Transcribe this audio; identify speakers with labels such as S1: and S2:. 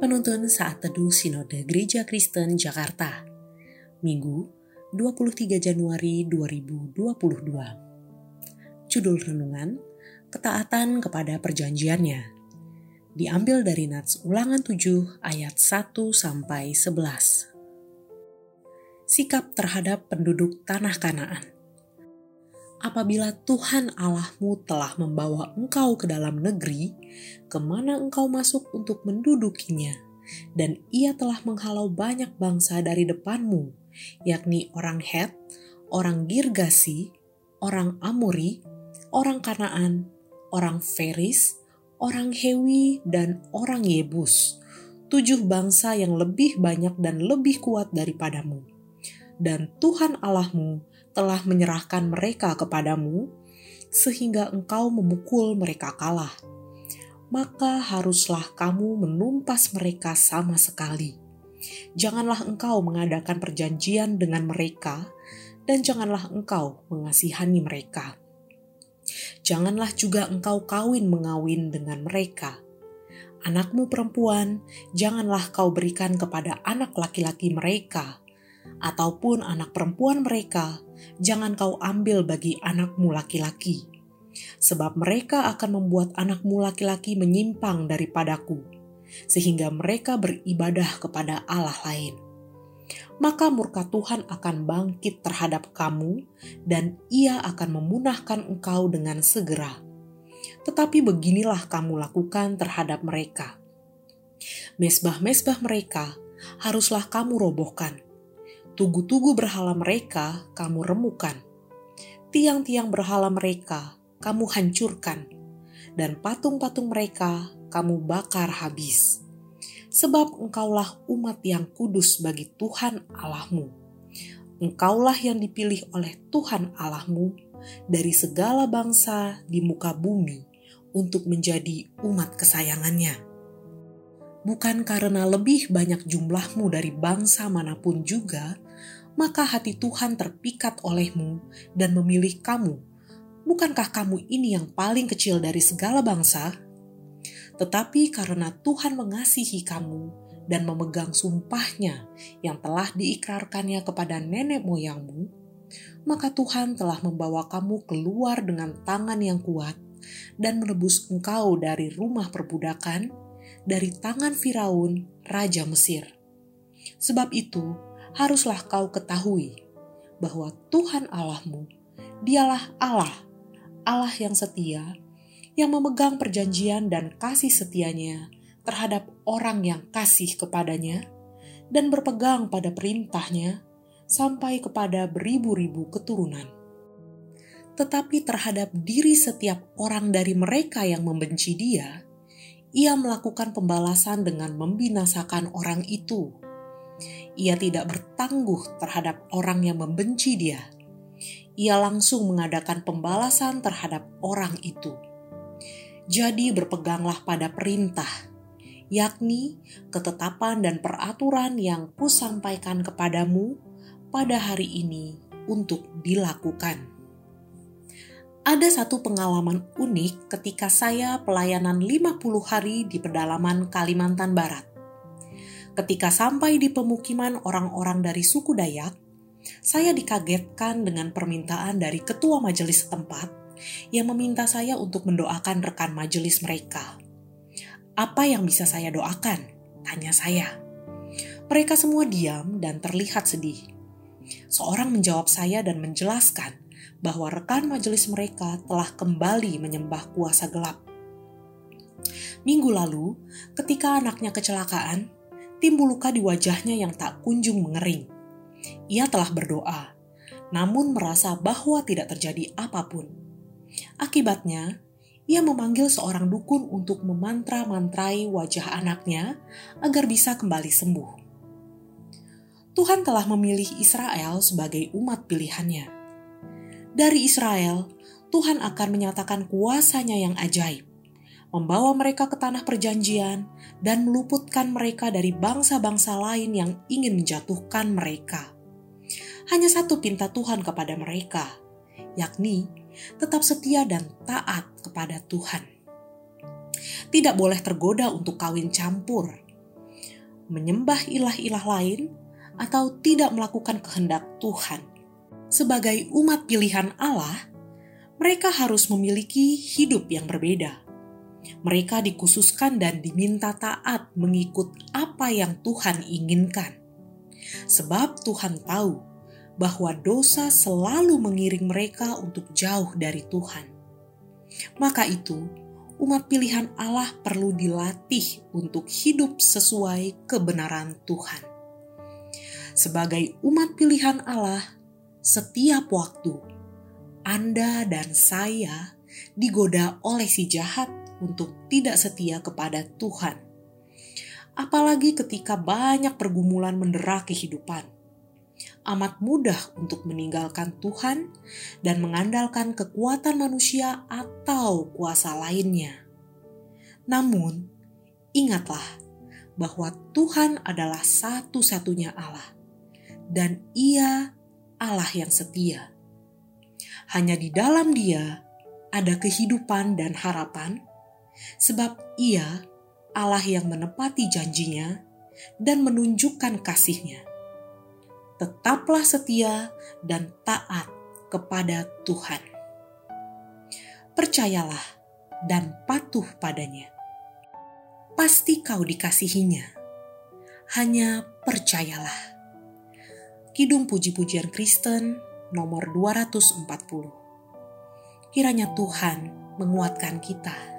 S1: Penuntun Saat Teduh Sinode Gereja Kristen Jakarta, Minggu 23 Januari 2022. Judul renungan, Ketaatan kepada Perjanjiannya. Diambil dari Nats Ulangan 7 ayat 1-11. Sikap terhadap penduduk tanah Kanaan. Apabila Tuhan Allahmu telah membawa engkau ke dalam negeri, kemana engkau masuk untuk mendudukinya, dan ia telah menghalau banyak bangsa dari depanmu, yakni orang Het, orang Girgasi, orang Amori, orang Kanaan, orang Feris, orang Hewi, dan orang Yebus, 7 bangsa yang lebih banyak dan lebih kuat daripadamu. Dan Tuhan Allahmu telah menyerahkan mereka kepadamu, sehingga engkau memukul mereka kalah. Maka haruslah kamu menumpas mereka sama sekali. Janganlah engkau mengadakan perjanjian dengan mereka, dan janganlah engkau mengasihani mereka. Janganlah juga engkau kawin-mengawin dengan mereka. Anakmu perempuan, janganlah kau berikan kepada anak laki-laki mereka, ataupun anak perempuan mereka, jangan kau ambil bagi anakmu laki-laki, sebab mereka akan membuat anakmu laki-laki menyimpang daripadaku, sehingga mereka beribadah kepada Allah lain. Maka murka Tuhan akan bangkit terhadap kamu, dan ia akan memunahkan engkau dengan segera. Tetapi beginilah kamu lakukan terhadap mereka. Mezbah-mezbah mereka haruslah kamu robohkan. Tugu-tugu berhala mereka kamu remukan, tiang-tiang berhala mereka kamu hancurkan, dan patung-patung mereka kamu bakar habis. Sebab engkaulah umat yang kudus bagi Tuhan Allahmu. Engkaulah yang dipilih oleh Tuhan Allahmu dari segala bangsa di muka bumi untuk menjadi umat kesayangannya. Bukan karena lebih banyak jumlahmu dari bangsa manapun juga, maka hati Tuhan terpikat olehmu dan memilih kamu. Bukankah kamu ini yang paling kecil dari segala bangsa? Tetapi karena Tuhan mengasihi kamu dan memegang sumpahnya yang telah diikrarkannya kepada nenek moyangmu, maka Tuhan telah membawa kamu keluar dengan tangan yang kuat dan menebus engkau dari rumah perbudakan, dari tangan Firaun, Raja Mesir. Sebab itu, haruslah kau ketahui bahwa Tuhan Allahmu, dialah Allah, Allah yang setia, yang memegang perjanjian dan kasih setianya terhadap orang yang kasih kepadanya, dan berpegang pada perintahnya sampai kepada beribu-ribu keturunan. Tetapi terhadap diri setiap orang dari mereka yang membenci Dia, Ia melakukan pembalasan dengan membinasakan orang itu. Ia tidak bertangguh terhadap orang yang membenci Dia. Ia langsung mengadakan pembalasan terhadap orang itu. Jadi berpeganglah pada perintah, yakni ketetapan dan peraturan yang kusampaikan kepadamu pada hari ini untuk dilakukan. Ada satu pengalaman unik ketika saya pelayanan 50 hari di pedalaman Kalimantan Barat. Ketika sampai di pemukiman orang-orang dari suku Dayak, saya dikagetkan dengan permintaan dari ketua majelis setempat yang meminta saya untuk mendoakan rekan majelis mereka. "Apa yang bisa saya doakan?" tanya saya. Mereka semua diam dan terlihat sedih. Seorang menjawab saya dan menjelaskan bahwa rekan majelis mereka telah kembali menyembah kuasa gelap. Minggu lalu, ketika anaknya kecelakaan, timbul luka di wajahnya yang tak kunjung mengering. Ia telah berdoa, namun merasa bahwa tidak terjadi apapun. Akibatnya, ia memanggil seorang dukun untuk memantra-mantrai wajah anaknya agar bisa kembali sembuh. Tuhan telah memilih Israel sebagai umat pilihannya. Dari Israel, Tuhan akan menyatakan kuasa-Nya yang ajaib, membawa mereka ke tanah perjanjian dan meluputkan mereka dari bangsa-bangsa lain yang ingin menjatuhkan mereka. Hanya satu pinta Tuhan kepada mereka, yakni tetap setia dan taat kepada Tuhan. Tidak boleh tergoda untuk kawin campur. menyembah ilah-ilah lain, atau tidak melakukan kehendak Tuhan. Sebagai umat pilihan Allah, mereka harus memiliki hidup yang berbeda. Mereka dikhususkan dan diminta taat mengikut apa yang Tuhan inginkan. Sebab Tuhan tahu bahwa dosa selalu mengiring mereka untuk jauh dari Tuhan. Maka itu, umat pilihan Allah perlu dilatih untuk hidup sesuai kebenaran Tuhan. Sebagai umat pilihan Allah, setiap waktu Anda dan saya digoda oleh si jahat untuk tidak setia kepada Tuhan. Apalagi ketika banyak pergumulan mendera kehidupan. Amat mudah untuk meninggalkan Tuhan dan mengandalkan kekuatan manusia atau kuasa lainnya. Namun, ingatlah bahwa Tuhan adalah satu-satunya Allah, dan Ia Allah yang setia. Hanya di dalam Dia ada kehidupan dan harapan, sebab Ia Allah yang menepati janjinya dan menunjukkan kasih-Nya. Tetaplah setia dan taat kepada Tuhan. Percayalah dan patuh padanya. Pasti kau dikasihinya. Hanya percayalah. Kidung Puji-pujian Kristen nomor 240. Kiranya Tuhan menguatkan kita.